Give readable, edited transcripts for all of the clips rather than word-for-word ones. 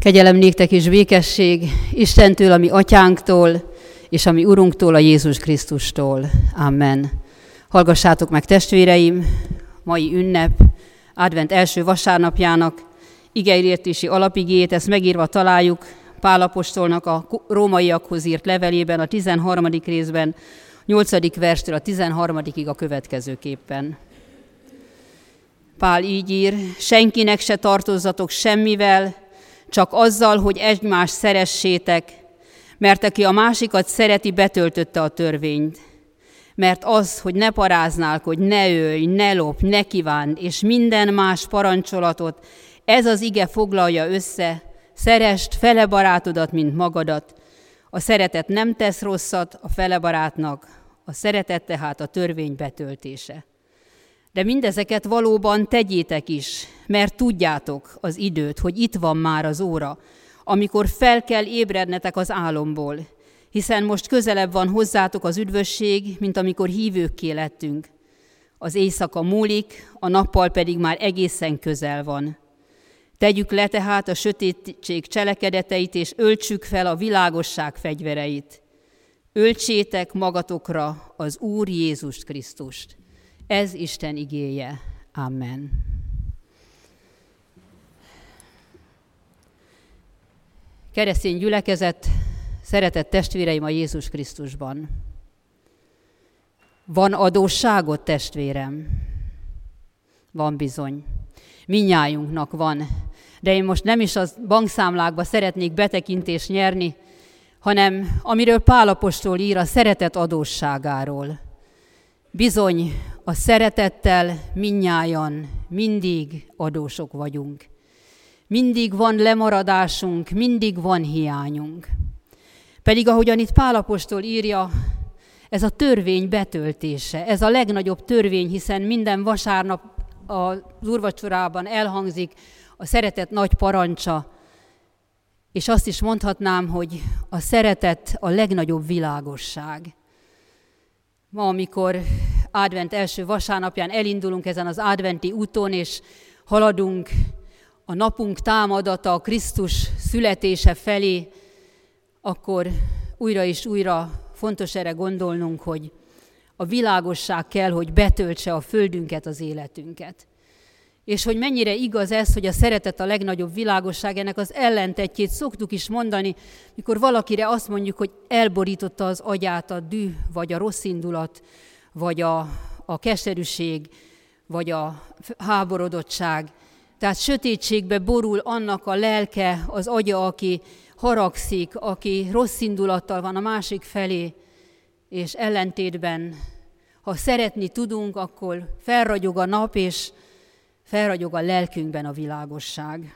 Kegyelem néktek és békesség Istentől, a mi atyánktól, és a mi Urunktól, a Jézus Krisztustól. Amen. Hallgassátok meg, testvéreim, mai ünnep, advent első vasárnapjának igehirdési alapigéjét, ezt megírva találjuk Pál apostolnak a rómaiakhoz írt levelében, a 13. részben, 8. verstől a 13-ig a következőképpen. Pál így ír: senkinek se tartozzatok semmivel, csak azzal, hogy egymást szeressétek, mert aki a másikat szereti, betöltötte a törvényt. Mert az, hogy ne paráználkodj, ne ölj, ne lopj, ne kívánd, és minden más parancsolatot, ez az ige foglalja össze: szeresd fele barátodat, mint magadat. A szeretet nem tesz rosszat a fele barátnak, a szeretet tehát a törvény betöltése. De mindezeket valóban tegyétek is, mert tudjátok az időt, hogy itt van már az óra, amikor fel kell ébrednetek az álomból, hiszen most közelebb van hozzátok az üdvösség, mint amikor hívőkké lettünk. Az éjszaka múlik, a nappal pedig már egészen közel van. Tegyük le tehát a sötétség cselekedeteit, és öltsük fel a világosság fegyvereit. Öltsétek magatokra az Úr Jézus Krisztust. Ez Isten igéje. Amen. Keresztény gyülekezet, szeretett testvéreim a Jézus Krisztusban. Van adósságot, testvérem? Van bizony. Mindnyájunknak van. De én most nem is a bankszámlákba szeretnék betekintést nyerni, hanem amiről Pál apostol ír, a szeretet adósságáról. Bizony, a szeretettel mindnyájan mindig adósok vagyunk. Mindig van lemaradásunk, mindig van hiányunk. Pedig ahogyan itt Pál apostol írja, ez a törvény betöltése, ez a legnagyobb törvény, hiszen minden vasárnap az úrvacsorában elhangzik a szeretet nagy parancsa, és azt is mondhatnám, hogy a szeretet a legnagyobb világosság. Ma, amikor advent első vasárnapján elindulunk ezen az adventi úton, és haladunk a napunk támadata, a Krisztus születése felé, akkor újra és újra fontos erre gondolnunk, hogy a világosság kell, hogy betöltse a földünket, az életünket. És hogy mennyire igaz ez, hogy a szeretet a legnagyobb világosság, ennek az ellentetjét szoktuk is mondani, mikor valakire azt mondjuk, hogy elborította az agyát a düh, vagy a rossz indulat, vagy a keserűség, vagy a háborodottság. Tehát sötétségbe borul annak a lelke, az agya, aki haragszik, aki rossz indulattal van a másik felé, és ellentétben, ha szeretni tudunk, akkor felragyog a nap, és felragyog a lelkünkben a világosság.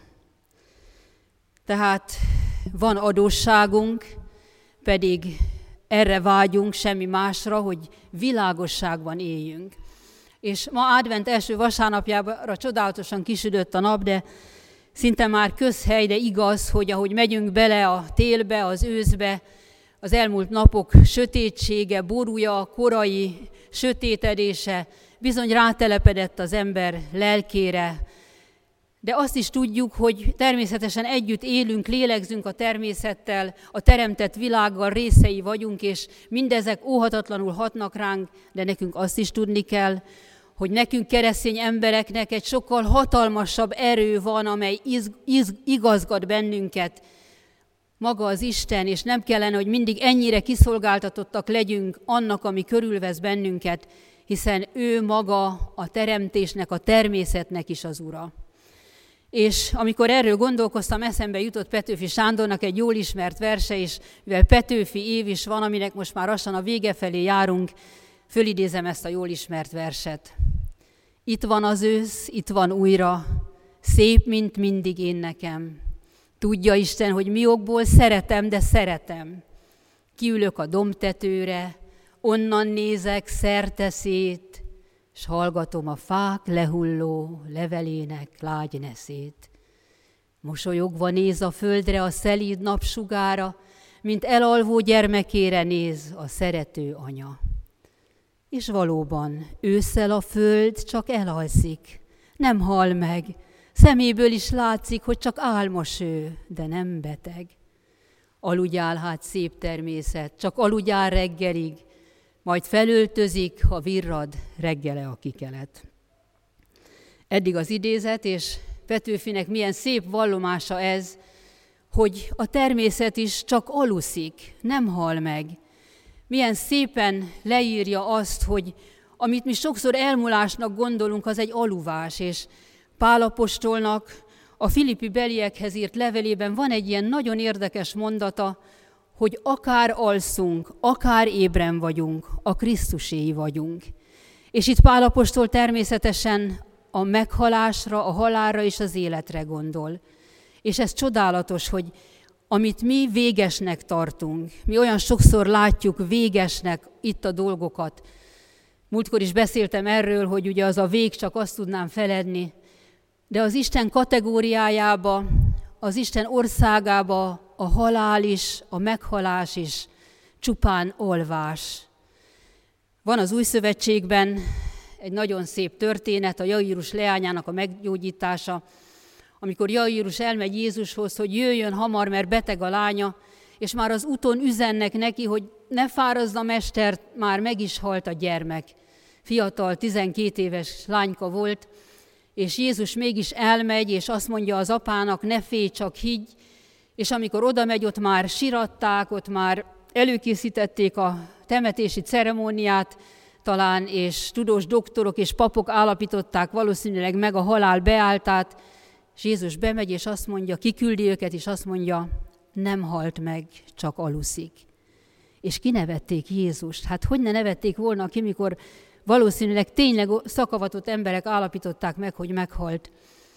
Tehát van adósságunk, pedig erre vágyunk, semmi másra, hogy világosságban éljünk. És ma advent első vasárnapjára csodálatosan kisüdött a nap, de szinte már közhely, de igaz, hogy ahogy megyünk bele a télbe, az őszbe, az elmúlt napok sötétsége, borúja, korai sötétedése bizony rátelepedett az ember lelkére. De azt is tudjuk, hogy természetesen együtt élünk, lélegzünk a természettel, a teremtett világgal, részei vagyunk, és mindezek óhatatlanul hatnak ránk, de nekünk azt is tudni kell, hogy nekünk keresztény embereknek egy sokkal hatalmasabb erő van, amely igazgat bennünket, maga az Isten, és nem kellene, hogy mindig ennyire kiszolgáltatottak legyünk annak, ami körülvesz bennünket, hiszen ő maga a teremtésnek, a természetnek is az ura. És amikor erről gondolkoztam, eszembe jutott Petőfi Sándornak egy jól ismert verse, és mivel Petőfi év is van, aminek most már lassan a vége felé járunk, fölidézem ezt a jól ismert verset. Itt van az ősz, itt van újra, szép, mint mindig én nekem. Tudja Isten, hogy mi okból szeretem, de szeretem. Kiülök a dombtetőre, onnan nézek szerte szét, s hallgatom a fák lehulló levelének lágy neszét. Mosolyogva néz a földre a szelíd napsugára, mint elalvó gyermekére néz a szerető anya. És valóban ősszel a föld csak elalszik, nem hal meg, Szeméből is látszik, hogy csak álmos ő, de nem beteg. Aludjál hát szép természet, csak aludjál reggelig, majd felöltözik, ha virrad reggele a kikelet. Eddig az idézet, és Petőfinek milyen szép vallomása ez, hogy a természet is csak aluszik, nem hal meg. Milyen szépen leírja azt, hogy amit mi sokszor elmúlásnak gondolunk, az egy aluvás, és Pál apostolnak a Filippi beliekhez írt levelében van egy ilyen nagyon érdekes mondata, hogy akár alszunk, akár ébren vagyunk, a Krisztuséi vagyunk. És itt Pál apostol természetesen a meghalásra, a halálra és az életre gondol. És ez csodálatos, hogy amit mi végesnek tartunk, mi olyan sokszor látjuk végesnek itt a dolgokat. Múltkor is beszéltem erről, hogy ugye az a vég csak azt tudnám feledni, de az Isten kategóriájába, az Isten országába a halál is, a meghalás is csupán olvás. Van az Új Szövetségben egy nagyon szép történet, a Jairus leányának a meggyógyítása, amikor Jairus elmegy Jézushoz, hogy jöjjön hamar, mert beteg a lánya, és már az úton üzennek neki, hogy ne fárazzon a mester, már meg is halt a gyermek. Fiatal, 12 éves lányka volt, és Jézus mégis elmegy, és azt mondja az apának, ne félj, csak higgy, és amikor oda megy, ott már siratták, ott már előkészítették a temetési ceremóniát talán, és tudós doktorok és papok állapították valószínűleg meg a halál beálltát, és Jézus bemegy, és azt mondja, kiküldi őket, és azt mondja, nem halt meg, csak aluszik. És kinevették Jézust. Hát hogy ne nevették volna ki, mikor valószínűleg tényleg szakavatott emberek állapították meg, hogy meghalt.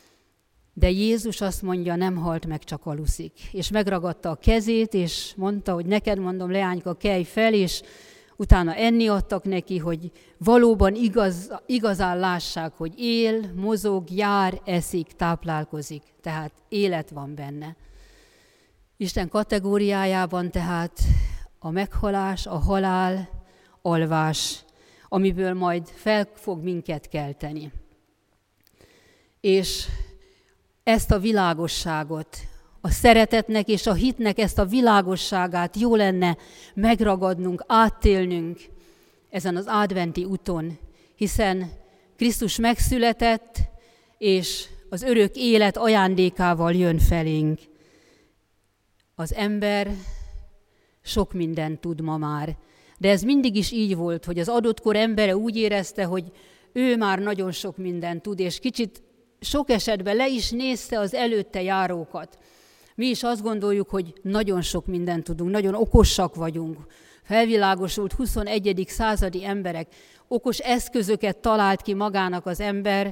De Jézus azt mondja, nem halt meg, csak aluszik. És megragadta a kezét, és mondta, hogy neked mondom, leányka, kelj fel, és utána enni adtak neki, hogy valóban igazán lássák, hogy él, mozog, jár, eszik, táplálkozik. Tehát élet van benne. Isten kategóriájában tehát a meghalás, a halál, alvás, amiből majd fel fog minket kelteni. És ezt a világosságot, a szeretetnek és a hitnek ezt a világosságát jó lenne megragadnunk, áttélnünk ezen az adventi úton, hiszen Krisztus megszületett, és az örök élet ajándékával jön felénk. Az ember sok mindent tud ma már, de ez mindig is így volt, hogy az adott kor embere úgy érezte, hogy ő már nagyon sok mindent tud, és kicsit sok esetben le is nézte az előtte járókat. Mi is azt gondoljuk, hogy nagyon sok mindent tudunk, nagyon okosak vagyunk. Felvilágosult 21. századi emberek, okos eszközöket talált ki magának az ember,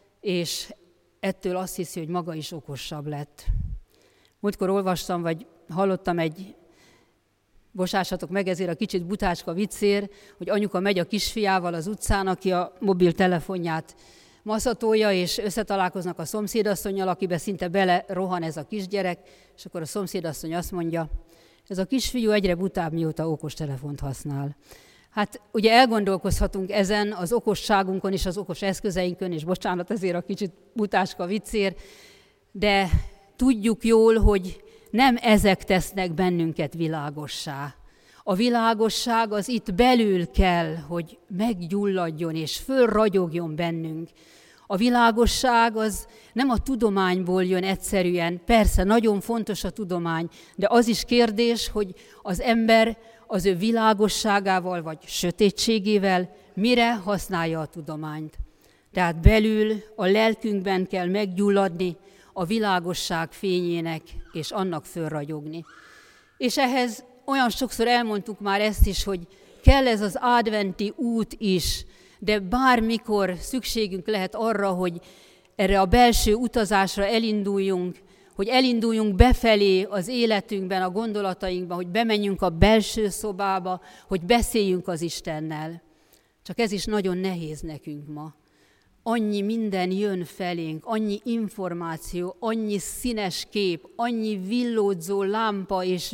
és ettől azt hiszi, hogy maga is okosabb lett. Múltkor olvastam, vagy hallottam egy, bocsássatok meg ezért a kicsit butácska viccér, hogy anyuka megy a kisfiával az utcán, aki a mobiltelefonját maszatolja, és összetalálkoznak a szomszédasszonnyal, akibe szinte bele rohan ez a kisgyerek, és akkor a szomszédasszony azt mondja, ez a kisfiú egyre butább, mióta okostelefont használ. Hát ugye elgondolkozhatunk ezen az okosságunkon és az okos eszközeinkön, és bocsánat ezért a kicsit butácska viccér, de tudjuk jól, hogy nem ezek tesznek bennünket világossá. A világosság az itt belül kell, hogy meggyulladjon és fölragyogjon bennünk. A világosság az nem a tudományból jön egyszerűen, persze nagyon fontos a tudomány, de az is kérdés, hogy az ember az ő világosságával vagy sötétségével mire használja a tudományt. Tehát belül a lelkünkben kell meggyulladni a világosság fényének és annak fölragyogni. És ehhez olyan sokszor elmondtuk már ezt is, hogy kell ez az adventi út is, de bármikor szükségünk lehet arra, hogy erre a belső utazásra elinduljunk, hogy elinduljunk befelé az életünkben, a gondolatainkban, hogy bemenjünk a belső szobába, hogy beszéljünk az Istennel. Csak ez is nagyon nehéz nekünk ma. Annyi minden jön felénk, annyi információ, annyi színes kép, annyi villódzó lámpa és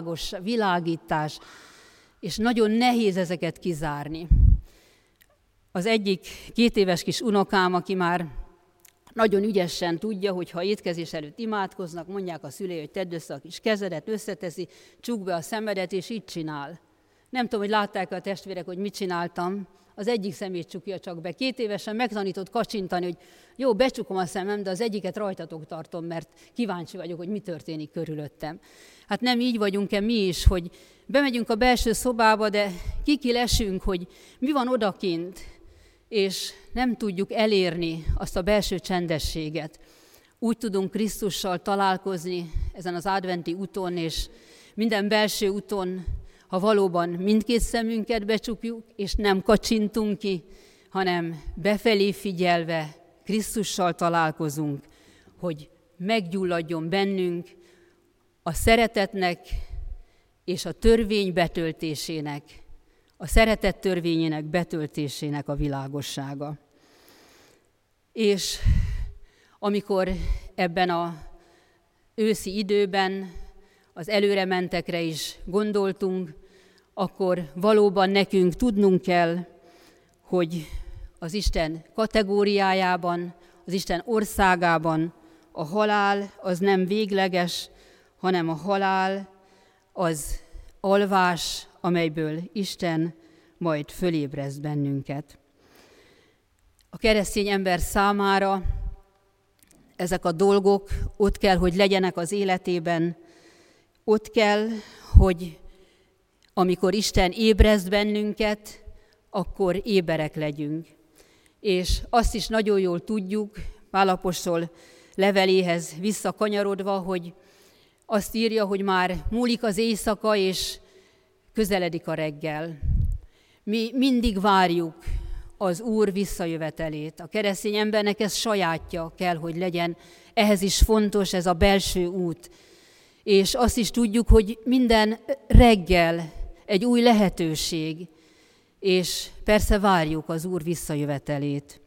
világítás, és nagyon nehéz ezeket kizárni. Az egyik 2 éves kis unokám, aki már nagyon ügyesen tudja, hogy ha étkezés előtt imádkoznak, mondják a szülei, hogy tedd össze a kis kezedet, összeteszi, csukd be a szemedet, és így csinál. Nem tudom, hogy látták a testvérek, hogy mit csináltam. Az egyik szemét csukja csak be. 2 évesen megtanított kacsintani, hogy jó, becsukom a szemem, de az egyiket rajtatok tartom, mert kíváncsi vagyok, hogy mi történik körülöttem. Hát nem így vagyunk-e mi is, hogy bemegyünk a belső szobába, de kikilesünk, hogy mi van odakint, és nem tudjuk elérni azt a belső csendességet. Úgy tudunk Krisztussal találkozni ezen az adventi úton, és minden belső úton, ha valóban mindkét szemünket becsukjuk, és nem kacsintunk ki, hanem befelé figyelve Krisztussal találkozunk, hogy meggyulladjon bennünk a szeretetnek és a törvény betöltésének, a szeretet törvényének betöltésének a világossága. És amikor ebben az őszi időben az előrementekre is gondoltunk, akkor valóban nekünk tudnunk kell, hogy az Isten kategóriájában, az Isten országában a halál az nem végleges, hanem a halál az alvás, amelyből Isten majd fölébreszt bennünket. A keresztény ember számára ezek a dolgok ott kell, hogy legyenek az életében, ott kell, hogy amikor Isten ébreszt bennünket, akkor éberek legyünk. És azt is nagyon jól tudjuk, Pál apostol leveléhez visszakanyarodva, hogy azt írja, hogy már múlik az éjszaka, és közeledik a reggel. Mi mindig várjuk az Úr visszajövetelét. A keresztény embernek ez sajátja kell, hogy legyen. Ehhez is fontos ez a belső út. És azt is tudjuk, hogy minden reggel egy új lehetőség, és persze várjuk az Úr visszajövetelét.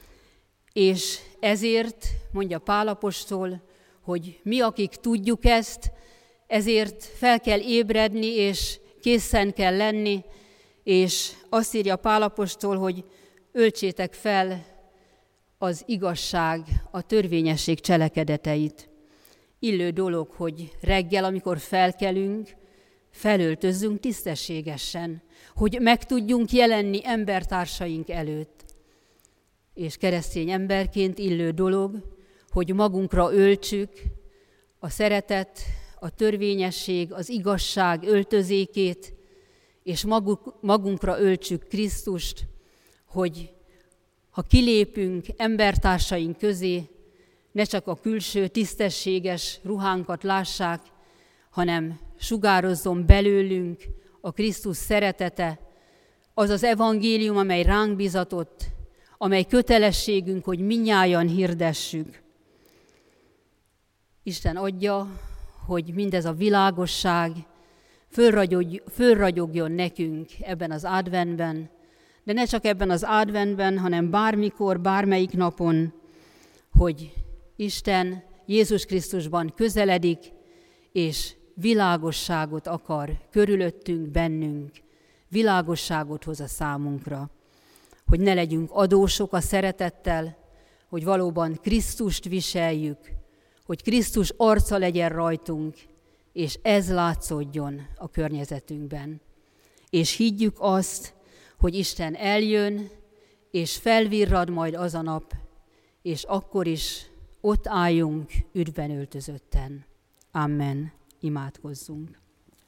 És ezért, mondja Pál apostol, hogy mi, akik tudjuk ezt, ezért fel kell ébredni, és készen kell lenni, és azt írja Pál apostol, hogy öltsétek fel az igazság, a törvényesség cselekedeteit. Illő dolog, hogy reggel, amikor felkelünk, felöltözzünk tisztességesen, hogy meg tudjunk jelenni embertársaink előtt. És keresztény emberként illő dolog, hogy magunkra öltsük a szeretet, a törvényesség, az igazság öltözékét, és magunkra öltsük Krisztust, hogy ha kilépünk embertársaink közé, ne csak a külső tisztességes ruhánkat lássák, hanem sugározzon belőlünk a Krisztus szeretete, az az evangélium, amely ránk bizatott, amely kötelességünk, hogy mindnyájan hirdessük. Isten adja, hogy mindez a világosság fölragyogjon nekünk ebben az adventben, de ne csak ebben az adventben, hanem bármikor, bármelyik napon, hogy Isten Jézus Krisztusban közeledik, és világosságot akar körülöttünk, bennünk, világosságot hoz a számunkra, hogy ne legyünk adósok a szeretettel, hogy valóban Krisztust viseljük, hogy Krisztus arca legyen rajtunk, és ez látszódjon a környezetünkben. És higgyük azt, hogy Isten eljön, és felvirrad majd az a nap, és akkor is ott álljunk üdvben öltözötten. Amen. Imádkozzunk.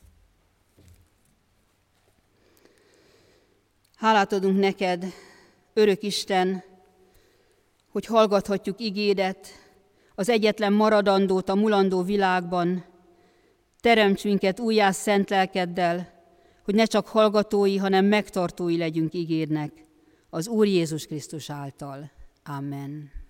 Hálát adunk neked, örök Isten, hogy hallgathatjuk igédet, az egyetlen maradandót a mulandó világban. Teremts minket újjá szent lelkeddel, hogy ne csak hallgatói, hanem megtartói legyünk igédnek, az Úr Jézus Krisztus által. Amen.